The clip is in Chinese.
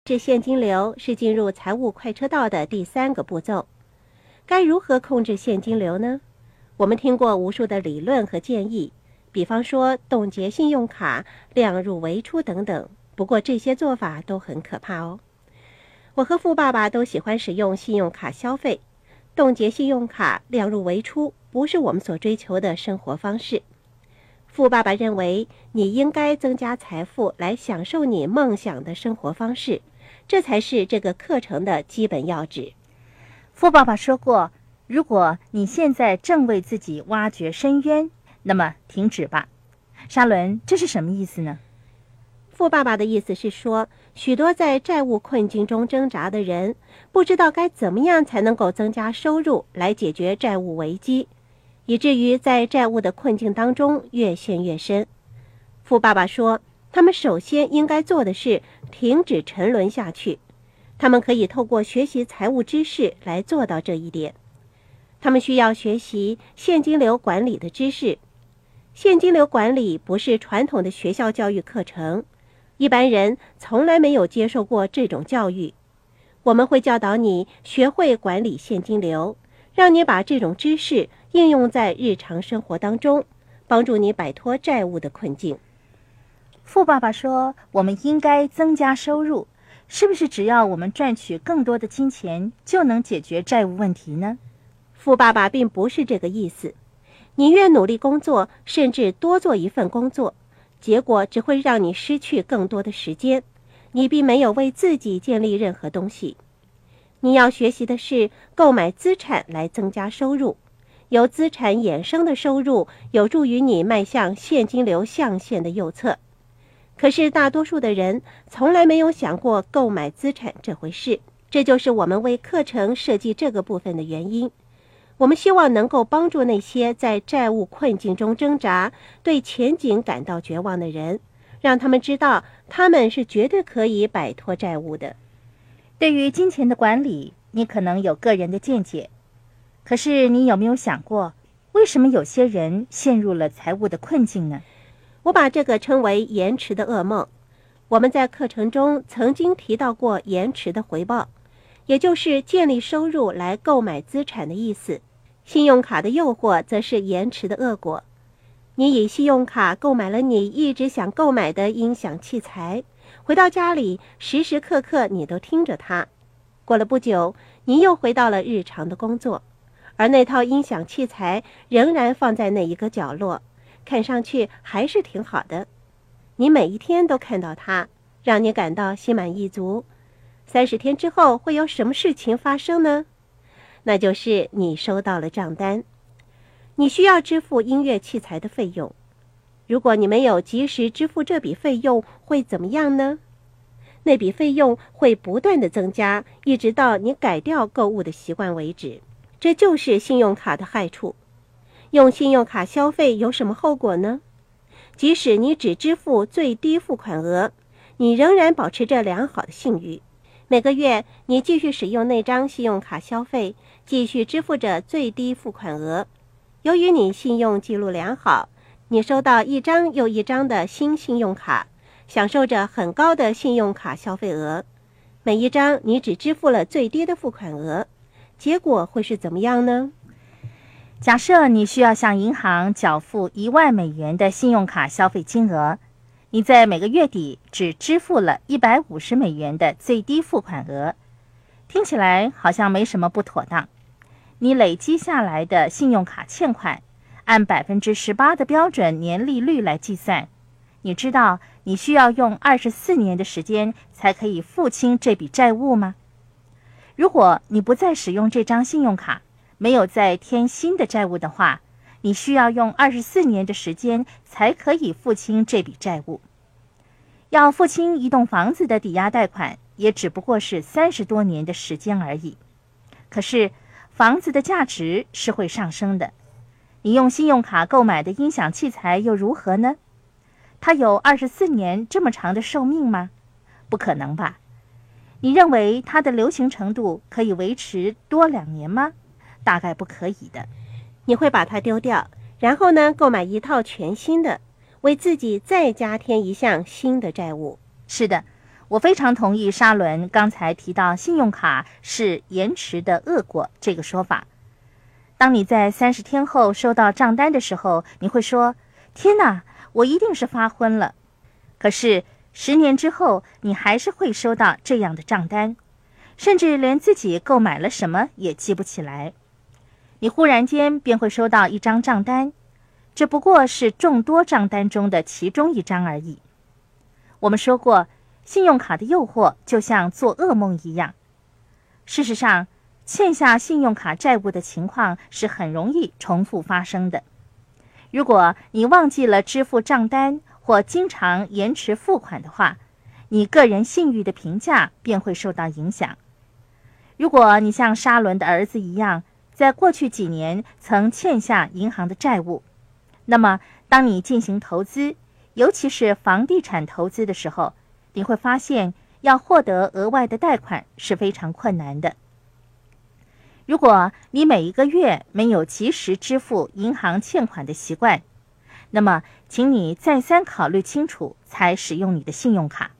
是现金流是进入财务快车道的第3个步骤。该如何控制现金流呢？我们听过无数的理论和建议，比方说冻结信用卡、量入为出等等。不过这些做法都很可怕哦。我和富爸爸都喜欢使用信用卡消费，冻结信用卡、量入为出不是我们所追求的生活方式。富爸爸认为你应该增加财富来享受你梦想的生活方式，这才是这个课程的基本要旨。 富爸爸说过，如果你现在正为自己挖掘深渊，那么停止吧。沙伦，这是什么意思呢？ 富爸爸的意思是说，许多在债务困境中挣扎的人，不知道该怎么样才能够增加收入来解决债务危机，以至于在债务的困境当中越陷越深。富爸爸说，他们首先应该做的是停止沉沦下去。他们可以透过学习财务知识来做到这一点。他们需要学习现金流管理的知识。现金流管理不是传统的学校教育课程，一般人从来没有接受过这种教育。我们会教导你学会管理现金流，让你把这种知识应用在日常生活当中，帮助你摆脱债务的困境。 富爸爸说，我们应该增加收入，是不是只要我们赚取更多的金钱就能解决债务问题呢？ 富爸爸并不是这个意思。你越努力工作，甚至多做一份工作，结果只会让你失去更多的时间，你并没有为自己建立任何东西。你要学习的是购买资产来增加收入，由资产衍生的收入有助于你迈向现金流象限的右侧。可是大多数的人从来没有想过购买资产这回事，这就是我们为课程设计这个部分的原因。我们希望能够帮助那些在债务困境中挣扎、对前景感到绝望的人，让他们知道他们是绝对可以摆脱债务的。 对于金钱的管理，你可能有个人的见解，可是你有没有想过，为什么有些人陷入了财务的困境呢？ 我把这个称为延迟的噩梦。我们在课程中曾经提到过延迟的回报，也就是建立收入来购买资产的意思。信用卡的诱惑则是延迟的恶果。你以信用卡购买了你一直想购买的音响器材，回到家里时时刻刻你都听着它。过了不久，你又回到了日常的工作，而那套音响器材仍然放在那一个角落，看上去还是挺好的。你每一天都看到它，让你感到心满意足。30天之后会有什么事情发生呢？那就是你收到了账单。你需要支付音乐器材的费用。如果你没有及时支付这笔费用，会怎么样呢？那笔费用会不断的增加，一直到你改掉购物的习惯为止。这就是信用卡的害处。用信用卡消费有什么后果呢？即使你只支付最低付款额，你仍然保持着良好的信誉。每个月你继续使用那张信用卡消费，继续支付着最低付款额。由于你信用记录良好，你收到一张又一张的新信用卡，享受着很高的信用卡消费额。每一张你只支付了最低的付款额，结果会是怎么样呢？ 假设你需要向银行缴付$10,000的信用卡消费金额，你在每个月底只支付了$150的最低付款额，听起来好像没什么不妥当。你累积下来的信用卡欠款，按18%的标准年利率来计算，你知道你需要用24年的时间才可以付清这笔债务吗？如果你不再使用这张信用卡，没有再添新的债务的话，你需要用24年的时间才可以付清这笔债务。要付清一栋房子的抵押贷款，也只不过是30多年的时间而已。可是房子的价值是会上升的。你用信用卡购买的音响器材又如何呢？它有24年这么长的寿命吗？不可能吧。你认为它的流行程度可以维持多2年吗？大概不可以的。 你会把它丢掉，然后呢，购买一套全新的，为自己再加添一项新的债务。 是的， 我非常同意沙伦刚才提到信用卡是延迟的恶果这个说法。当你在30天后收到账单的时候，你会说，天哪，我一定是发昏了。可是10年之后，你还是会收到这样的账单，甚至连自己购买了什么也记不起来。你忽然间便会收到一张账单，这不过是众多账单中的其中一张而已。我们说过，信用卡的诱惑就像做噩梦一样。事实上，欠下信用卡债务的情况是很容易重复发生的。如果你忘记了支付账单或经常延迟付款的话，你个人信誉的评价便会受到影响。如果你像沙伦的儿子一样，在过去几年曾欠下银行的债务，那么当你进行投资，尤其是房地产投资的时候，你会发现要获得额外的贷款是非常困难的。如果你每一个月没有及时支付银行欠款的习惯，那么请你再三考虑清楚才使用你的信用卡。